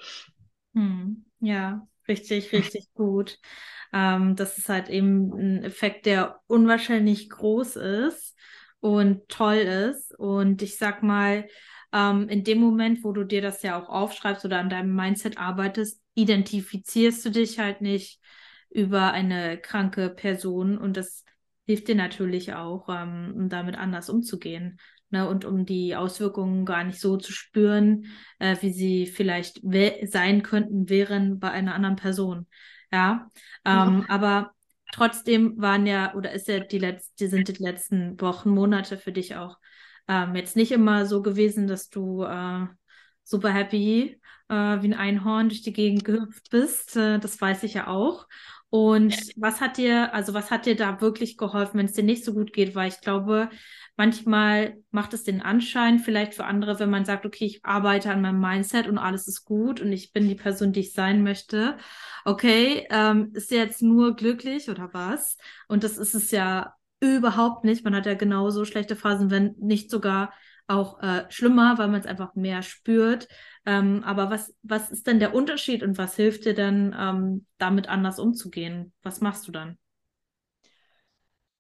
Hm, ja, richtig, richtig gut. Ähm, das ist halt eben ein Effekt, der unwahrscheinlich groß ist und toll ist. Und ich sag mal, ähm, in dem Moment, wo du dir das ja auch aufschreibst oder an deinem Mindset arbeitest, identifizierst du dich halt nicht über eine kranke Person und das hilft dir natürlich auch, ähm, um damit anders umzugehen. Ne, und um die Auswirkungen gar nicht so zu spüren, äh, wie sie vielleicht sein könnten, wären bei einer anderen Person. Ja, Ja. ähm, aber trotzdem waren ja, oder ist ja die letzte, sind die letzten Wochen, Monate für dich auch ähm, jetzt nicht immer so gewesen, dass du äh, super happy äh, wie ein Einhorn durch die Gegend gehüpft bist. Äh, das weiß ich ja auch. Und was hat dir, also was hat dir da wirklich geholfen, wenn es dir nicht so gut geht? Weil ich glaube, manchmal macht es den Anschein, vielleicht für andere, wenn man sagt, okay, ich arbeite an meinem Mindset und alles ist gut und ich bin die Person, die ich sein möchte. Okay, ähm, ist sie jetzt nur glücklich oder was? Und das ist es ja überhaupt nicht. Man hat ja genauso schlechte Phasen, wenn nicht sogar auch äh, schlimmer, weil man es einfach mehr spürt. Ähm, aber was, was ist denn der Unterschied und was hilft dir denn, ähm, damit anders umzugehen? Was machst du dann?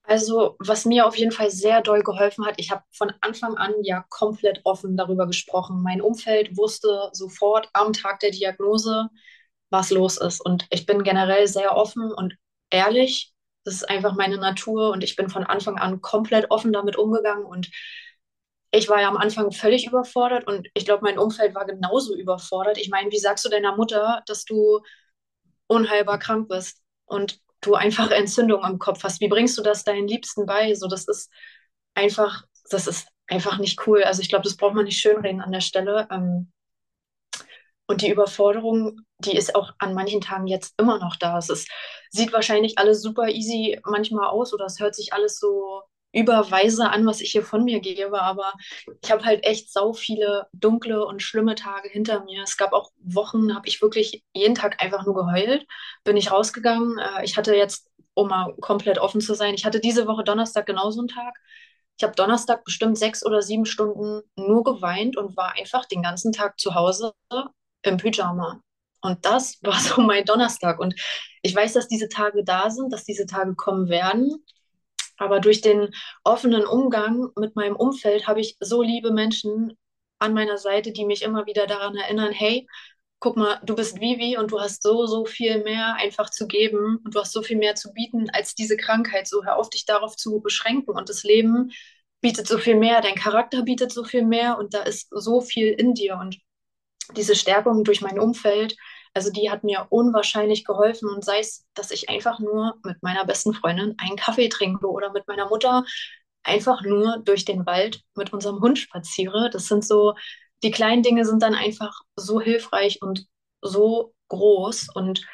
Also, was mir auf jeden Fall sehr doll geholfen hat, ich habe von Anfang an ja komplett offen darüber gesprochen. Mein Umfeld wusste sofort am Tag der Diagnose, was los ist. Und ich bin generell sehr offen und ehrlich. Das ist einfach meine Natur und ich bin von Anfang an komplett offen damit umgegangen. Und ich war ja am Anfang völlig überfordert und ich glaube, mein Umfeld war genauso überfordert. Ich meine, wie sagst du deiner Mutter, dass du unheilbar krank bist und du einfach Entzündung im Kopf hast? Wie bringst du das deinen Liebsten bei? So, das ist einfach, das ist einfach nicht cool. Also ich glaube, das braucht man nicht schönreden an der Stelle. Ähm, und die Überforderung, die ist auch an manchen Tagen jetzt immer noch da. Es ist, sieht wahrscheinlich alles super easy manchmal aus oder es hört sich alles so überweise an, was ich hier von mir gebe, aber ich habe halt echt sau viele dunkle und schlimme Tage hinter mir. Es gab auch Wochen, habe ich wirklich jeden Tag einfach nur geheult, bin ich rausgegangen. Äh, Ich hatte jetzt, um mal komplett offen zu sein, ich hatte diese Woche Donnerstag genauso einen Tag. Ich habe Donnerstag bestimmt sechs oder sieben Stunden nur geweint und war einfach den ganzen Tag zu Hause im Pyjama. Und das war so mein Donnerstag. Und ich weiß, dass diese Tage da sind, dass diese Tage kommen werden. Aber durch den offenen Umgang mit meinem Umfeld habe ich so liebe Menschen an meiner Seite, die mich immer wieder daran erinnern, hey, guck mal, du bist Vivi und du hast so, so viel mehr einfach zu geben und du hast so viel mehr zu bieten als diese Krankheit. So hör auf, dich darauf zu beschränken. Und das Leben bietet so viel mehr, dein Charakter bietet so viel mehr und da ist so viel in dir. Und diese Stärkung durch mein Umfeld, also die hat mir unwahrscheinlich geholfen und sei es, dass ich einfach nur mit meiner besten Freundin einen Kaffee trinke oder mit meiner Mutter einfach nur durch den Wald mit unserem Hund spaziere. Das sind so, die kleinen Dinge sind dann einfach so hilfreich und so groß und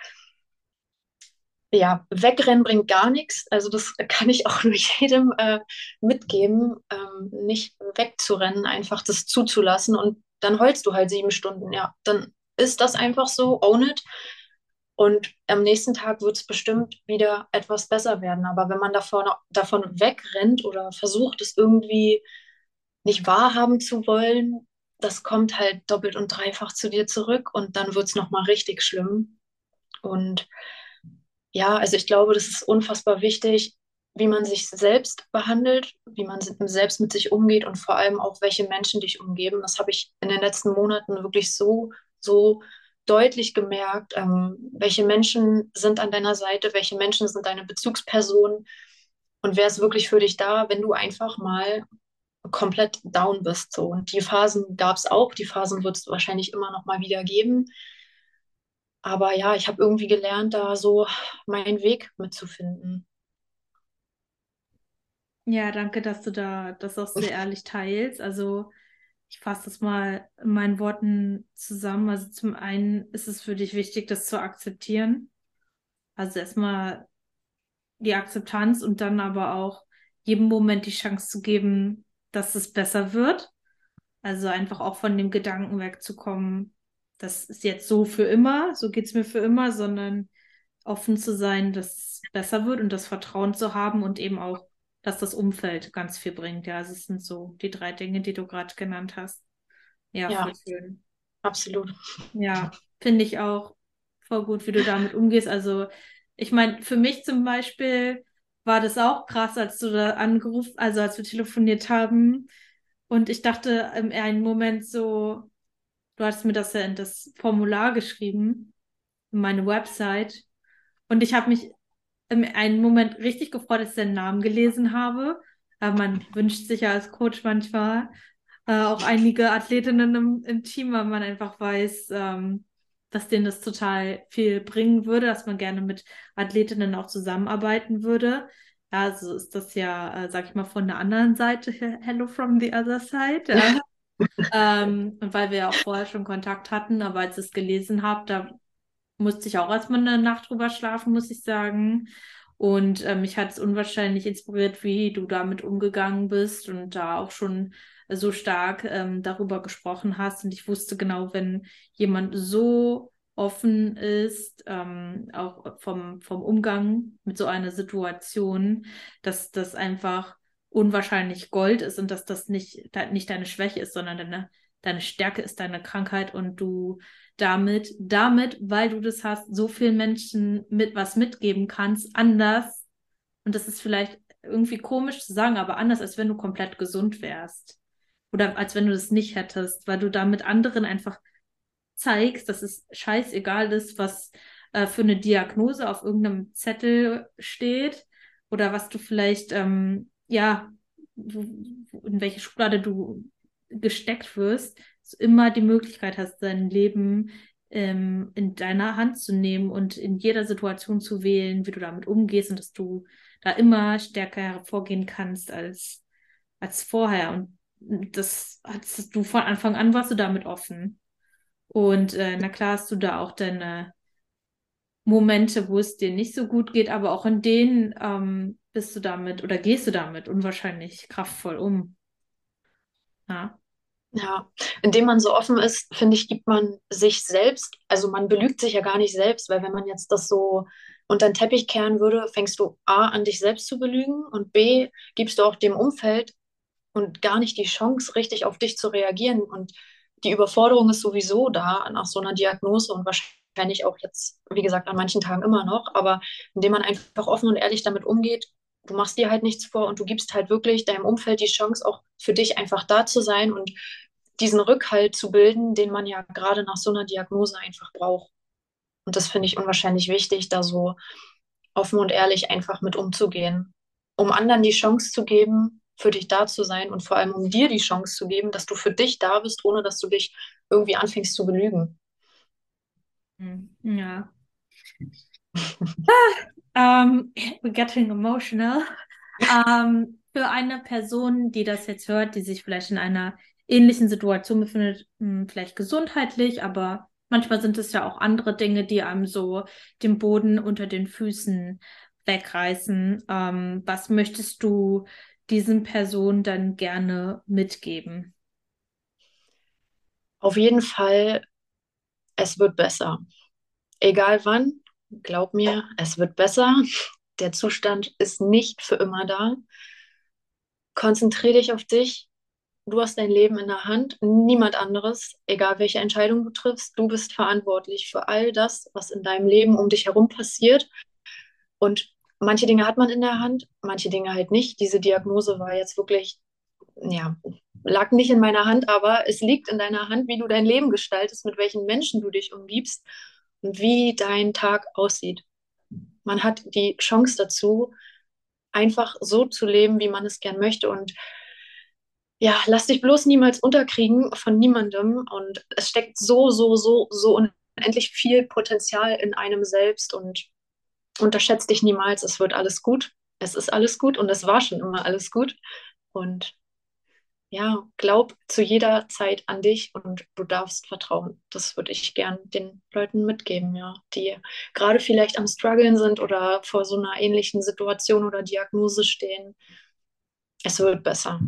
ja, wegrennen bringt gar nichts. Also das kann ich auch nur jedem äh, mitgeben, ähm, nicht wegzurennen, einfach das zuzulassen und dann heulst du halt sieben Stunden. Ja, dann ist das einfach so, own it. Und am nächsten Tag wird es bestimmt wieder etwas besser werden. Aber wenn man davon, davon wegrennt oder versucht, es irgendwie nicht wahrhaben zu wollen, das kommt halt doppelt und dreifach zu dir zurück und dann wird es nochmal richtig schlimm. Und ja, also ich glaube, das ist unfassbar wichtig, wie man sich selbst behandelt, wie man selbst mit sich umgeht und vor allem auch, welche Menschen dich umgeben. Das habe ich in den letzten Monaten wirklich so, so deutlich gemerkt. Ähm, welche Menschen sind an deiner Seite, welche Menschen sind deine Bezugspersonen und wer ist wirklich für dich da, wenn du einfach mal komplett down bist. So. Und die Phasen gab es auch, die Phasen wird es wahrscheinlich immer noch mal wieder geben. Aber ja, ich habe irgendwie gelernt, da so meinen Weg mitzufinden. Ja, danke, dass du da das auch sehr ehrlich teilst. Also ich fasse das mal in meinen Worten zusammen. Also zum einen ist es für dich wichtig, das zu akzeptieren. Also erstmal die Akzeptanz und dann aber auch jedem Moment die Chance zu geben, dass es besser wird. Also einfach auch von dem Gedanken wegzukommen, das ist jetzt so für immer, so geht's mir für immer, sondern offen zu sein, dass es besser wird und das Vertrauen zu haben und eben auch, dass das Umfeld ganz viel bringt. Ja, also es sind so die drei Dinge, die du gerade genannt hast. Ja, Ja, voll schön. absolut. Ja, finde ich auch voll gut, wie du damit umgehst. Also, ich meine, für mich zum Beispiel war das auch krass, als du da angerufen, also als wir telefoniert haben. Und ich dachte im einen Moment so, du hast mir das ja in das Formular geschrieben, in meine Website. Und ich habe mich im einen Moment richtig gefreut, dass ich den Namen gelesen habe. Aber man wünscht sich ja als Coach manchmal äh, auch einige Athletinnen im, im Team, weil man einfach weiß, ähm, dass denen das total viel bringen würde, dass man gerne mit Athletinnen auch zusammenarbeiten würde. Ja, also ist das ja, äh, sag ich mal, von der anderen Seite, hello from the other side. Ja. Ähm, und weil wir ja auch vorher schon Kontakt hatten, aber als ich es gelesen habe, da musste ich auch erstmal eine Nacht drüber schlafen, muss ich sagen. Und ähm, mich hat es unwahrscheinlich inspiriert, wie du damit umgegangen bist und da auch schon so stark ähm, darüber gesprochen hast. Und ich wusste genau, wenn jemand so offen ist, ähm, auch vom, vom Umgang mit so einer Situation, dass das einfach unwahrscheinlich Gold ist und dass das nicht, nicht deine Schwäche ist, sondern deine, deine Stärke ist deine Krankheit und du damit, damit, weil du das hast, so vielen Menschen mit was mitgeben kannst, anders. Und das ist vielleicht irgendwie komisch zu sagen, aber anders, als wenn du komplett gesund wärst. Oder als wenn du das nicht hättest, weil du damit anderen einfach zeigst, dass es scheißegal ist, was äh, für eine Diagnose auf irgendeinem Zettel steht oder was du vielleicht, ähm, ja, wo, in welche Schublade du gesteckt wirst, dass du immer die Möglichkeit hast, dein Leben ähm, in deiner Hand zu nehmen und in jeder Situation zu wählen, wie du damit umgehst und dass du da immer stärker hervorgehen kannst als, als vorher. Und das hattest du von Anfang an, warst du damit offen. Und äh, na klar hast du da auch deine Momente, wo es dir nicht so gut geht, aber auch in denen ähm, bist du damit oder gehst du damit unwahrscheinlich kraftvoll um. Ja. Ja, indem man so offen ist, finde ich, gibt man sich selbst, also man belügt sich ja gar nicht selbst, weil wenn man jetzt das so unter den Teppich kehren würde, fängst du A an, dich selbst zu belügen und B gibst du auch dem Umfeld und gar nicht die Chance, richtig auf dich zu reagieren. Und die Überforderung ist sowieso da nach so einer Diagnose und wahrscheinlich auch jetzt, wie gesagt, an manchen Tagen immer noch. Aber indem man einfach offen und ehrlich damit umgeht, du machst dir halt nichts vor und du gibst halt wirklich deinem Umfeld die Chance, auch für dich einfach da zu sein und diesen Rückhalt zu bilden, den man ja gerade nach so einer Diagnose einfach braucht. Und das finde ich unwahrscheinlich wichtig, da so offen und ehrlich einfach mit umzugehen, um anderen die Chance zu geben, für dich da zu sein und vor allem um dir die Chance zu geben, dass du für dich da bist, ohne dass du dich irgendwie anfängst zu belügen. Hm, ja. Um, we're getting emotional. Um, für eine Person, die das jetzt hört, die sich vielleicht in einer ähnlichen Situation befindet, hm, vielleicht gesundheitlich, aber manchmal sind es ja auch andere Dinge, die einem so den Boden unter den Füßen wegreißen. Um, was möchtest du diesen Personen dann gerne mitgeben? Auf jeden Fall, es wird besser. Egal wann, glaub mir, es wird besser. Der Zustand ist nicht für immer da. Konzentriere dich auf dich. Du hast dein Leben in der Hand, niemand anderes. Egal welche Entscheidung du triffst, du bist verantwortlich für all das, was in deinem Leben um dich herum passiert. Und manche Dinge hat man in der Hand, manche Dinge halt nicht. Diese Diagnose war jetzt wirklich, ja, lag nicht in meiner Hand, aber es liegt in deiner Hand, wie du dein Leben gestaltest, mit welchen Menschen du dich umgibst und wie dein Tag aussieht. Man hat die Chance dazu, einfach so zu leben, wie man es gern möchte. Und ja, lass dich bloß niemals unterkriegen von niemandem. Und es steckt so, so, so, so unendlich viel Potenzial in einem selbst. Und unterschätzt dich niemals. Es wird alles gut. Es ist alles gut und es war schon immer alles gut. Und ja, glaub zu jeder Zeit an dich und du darfst vertrauen. Das würde ich gern den Leuten mitgeben, ja, die gerade vielleicht am Struggeln sind oder vor so einer ähnlichen Situation oder Diagnose stehen. Es wird besser.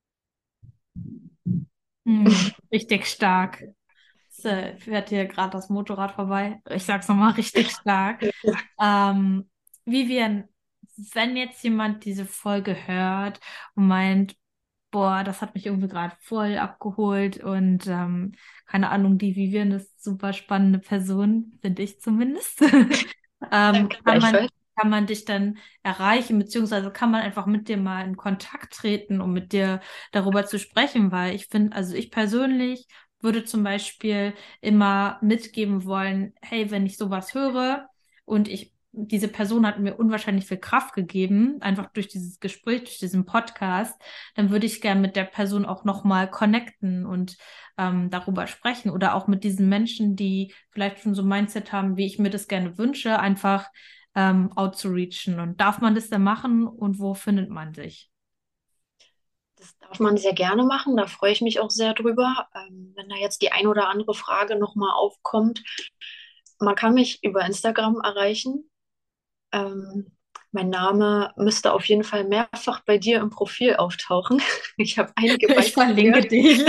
Hm, richtig stark. Es äh, fährt hier gerade das Motorrad vorbei. Ich sag's nochmal, richtig stark. Ähm, Vivian, wenn jetzt jemand diese Folge hört und meint, boah, das hat mich irgendwie gerade voll abgeholt und ähm, keine Ahnung, die Vivian ist super spannende Person, finde ich zumindest. ähm, Danke kann man, gleichfalls. kann man dich dann erreichen, beziehungsweise kann man einfach mit dir mal in Kontakt treten, um mit dir darüber zu sprechen, weil ich finde, also ich persönlich würde zum Beispiel immer mitgeben wollen, hey, wenn ich sowas höre und ich, diese Person hat mir unwahrscheinlich viel Kraft gegeben, einfach durch dieses Gespräch, durch diesen Podcast, dann würde ich gern mit der Person auch nochmal connecten und ähm, darüber sprechen oder auch mit diesen Menschen, die vielleicht schon so ein Mindset haben, wie ich mir das gerne wünsche, einfach ähm, outzureachen. Und darf man das dann machen und wo findet man sich? Das darf man sehr gerne machen, da freue ich mich auch sehr drüber. Ähm, wenn da jetzt die ein oder andere Frage nochmal aufkommt, man kann mich über Instagram erreichen. Ähm, mein Name müsste auf jeden Fall mehrfach bei dir im Profil auftauchen. Ich habe einige Ich Beiträge. verlinke dich.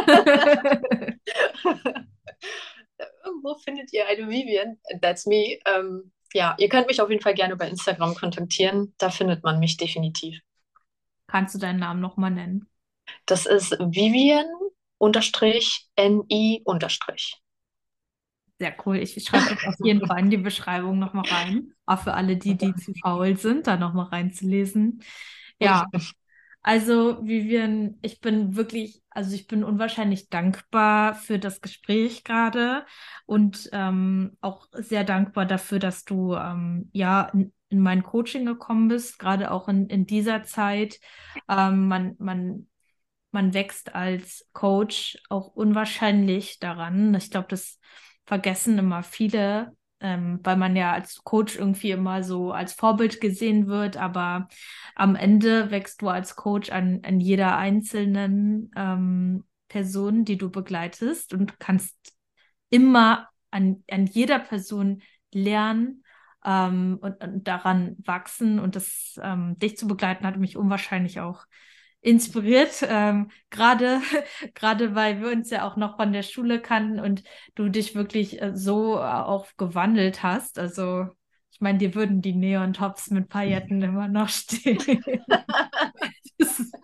Irgendwo findet ihr eine Vivian, that's me. Ähm, ja, ihr könnt mich auf jeden Fall gerne bei Instagram kontaktieren. Da findet man mich definitiv. Kannst du deinen Namen nochmal nennen? Das ist Vivian unterstrich N I unterstrich. Sehr cool. Ich schreibe das auf jeden Fall in die Beschreibung nochmal rein. Auch für alle die, die zu faul sind, da nochmal reinzulesen. Ja, also Vivian, ich bin wirklich, also ich bin unwahrscheinlich dankbar für das Gespräch gerade und ähm, auch sehr dankbar dafür, dass du ähm, ja in, in mein Coaching gekommen bist, gerade auch in, in dieser Zeit. Ähm, man, man man wächst als Coach auch unwahrscheinlich daran. Ich glaube, das vergessen immer viele, ähm, weil man ja als Coach irgendwie immer so als Vorbild gesehen wird. Aber am Ende wächst du als Coach an, an jeder einzelnen ähm, Person, die du begleitest und kannst immer an, an jeder Person lernen. Ähm, und, und daran wachsen und das ähm, dich zu begleiten hat mich unwahrscheinlich auch inspiriert, ähm, gerade gerade weil wir uns ja auch noch von der Schule kannten und du dich wirklich äh, so äh, auch gewandelt hast. Also ich meine, dir würden die Neon-Tops mit Pailletten immer noch stehen. Das, ist,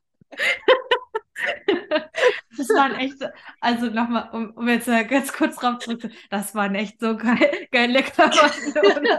das waren echt, also nochmal, um, um jetzt äh, ganz kurz drauf zurückzukommen, das waren echt so geil, geile Klamotten.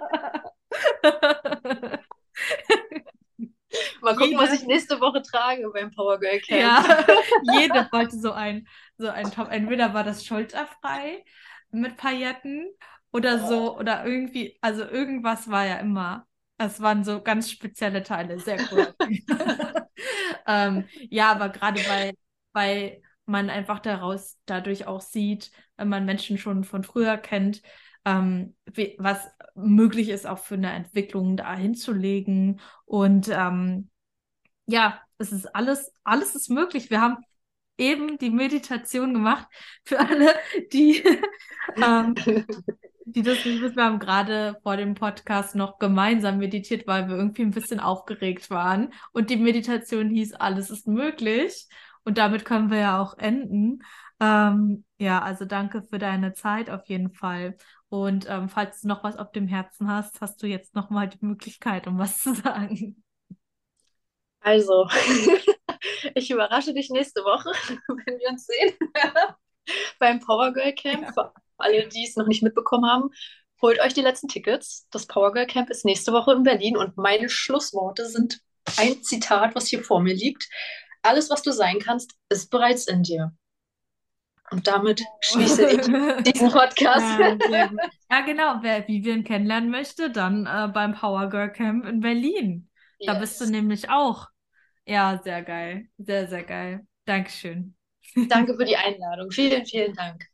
Mal gucken, Jede, was ich nächste Woche trage beim Power Girl Camp. Ja, jede wollte so ein, so ein Top. Entweder war das schulterfrei mit Pailletten oder so, oder irgendwie, also irgendwas war ja immer. Es waren so ganz spezielle Teile, sehr cool. ähm, ja, aber gerade weil, weil man einfach daraus dadurch auch sieht, wenn man Menschen schon von früher kennt, ähm, wie, was möglich ist, auch für eine Entwicklung da hinzulegen. Und ähm, ja, es ist alles, alles ist möglich. Wir haben eben die Meditation gemacht für alle, die, ähm, die das nicht wissen. Wir haben gerade vor dem Podcast noch gemeinsam meditiert, weil wir irgendwie ein bisschen aufgeregt waren. Und die Meditation hieß, alles ist möglich. Und damit können wir ja auch enden. Ähm, ja, also danke für deine Zeit auf jeden Fall. Und ähm, falls du noch was auf dem Herzen hast, hast du jetzt nochmal die Möglichkeit, um was zu sagen. Also, ich überrasche dich nächste Woche, wenn wir uns sehen, beim Power Girl Camp. Ja. Für alle, die es noch nicht mitbekommen haben, holt euch die letzten Tickets. Das Power Girl Camp ist nächste Woche in Berlin und meine Schlussworte sind ein Zitat, was hier vor mir liegt. Alles, was du sein kannst, ist bereits in dir. Und damit schließe ich diesen Podcast. Ja, sehr gut. Ja, genau. Wer Vivian kennenlernen möchte, dann äh, beim Power Girl Camp in Berlin. Da Yes. bist du nämlich auch. Ja, sehr geil. Sehr, sehr geil. Dankeschön. Danke für die Einladung. Vielen, vielen Dank.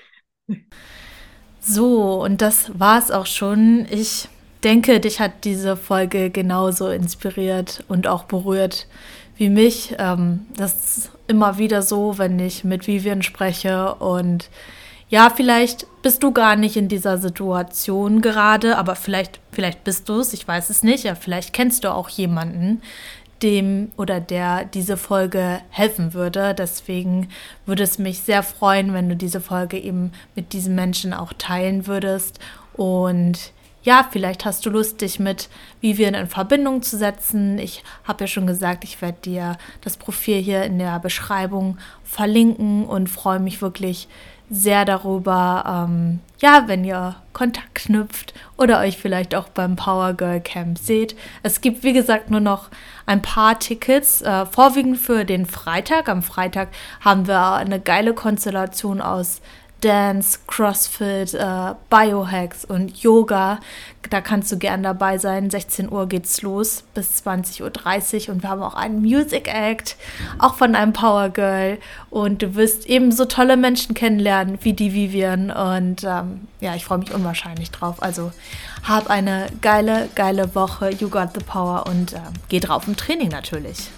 So, und das war's auch schon. Ich denke, dich hat diese Folge genauso inspiriert und auch berührt wie mich. Ähm, das ist immer wieder so, wenn ich mit Vivian spreche. Und ja, vielleicht bist du gar nicht in dieser Situation gerade, aber vielleicht, vielleicht bist du es, ich weiß es nicht. Ja, vielleicht kennst du auch jemanden, dem oder der diese Folge helfen würde. Deswegen würde es mich sehr freuen, wenn du diese Folge eben mit diesen Menschen auch teilen würdest. Und ja, vielleicht hast du Lust, dich mit Vivian in Verbindung zu setzen. Ich habe ja schon gesagt, ich werde dir das Profil hier in der Beschreibung verlinken und freue mich wirklich sehr darüber, ähm, ja, wenn ihr Kontakt knüpft oder euch vielleicht auch beim Power Girl Camp seht. Es gibt, wie gesagt, nur noch ein paar Tickets, äh, vorwiegend für den Freitag. Am Freitag haben wir eine geile Konstellation aus Dance, Crossfit, äh, Biohacks und Yoga. Da kannst du gern dabei sein. sechzehn Uhr geht's los bis zwanzig Uhr dreißig und wir haben auch einen Music Act, auch von einem Power Girl. Und du wirst eben so tolle Menschen kennenlernen wie die Vivian. Und ähm, ja, ich freue mich unwahrscheinlich drauf. Also hab eine geile, geile Woche. You got the power und äh, geh drauf im Training natürlich.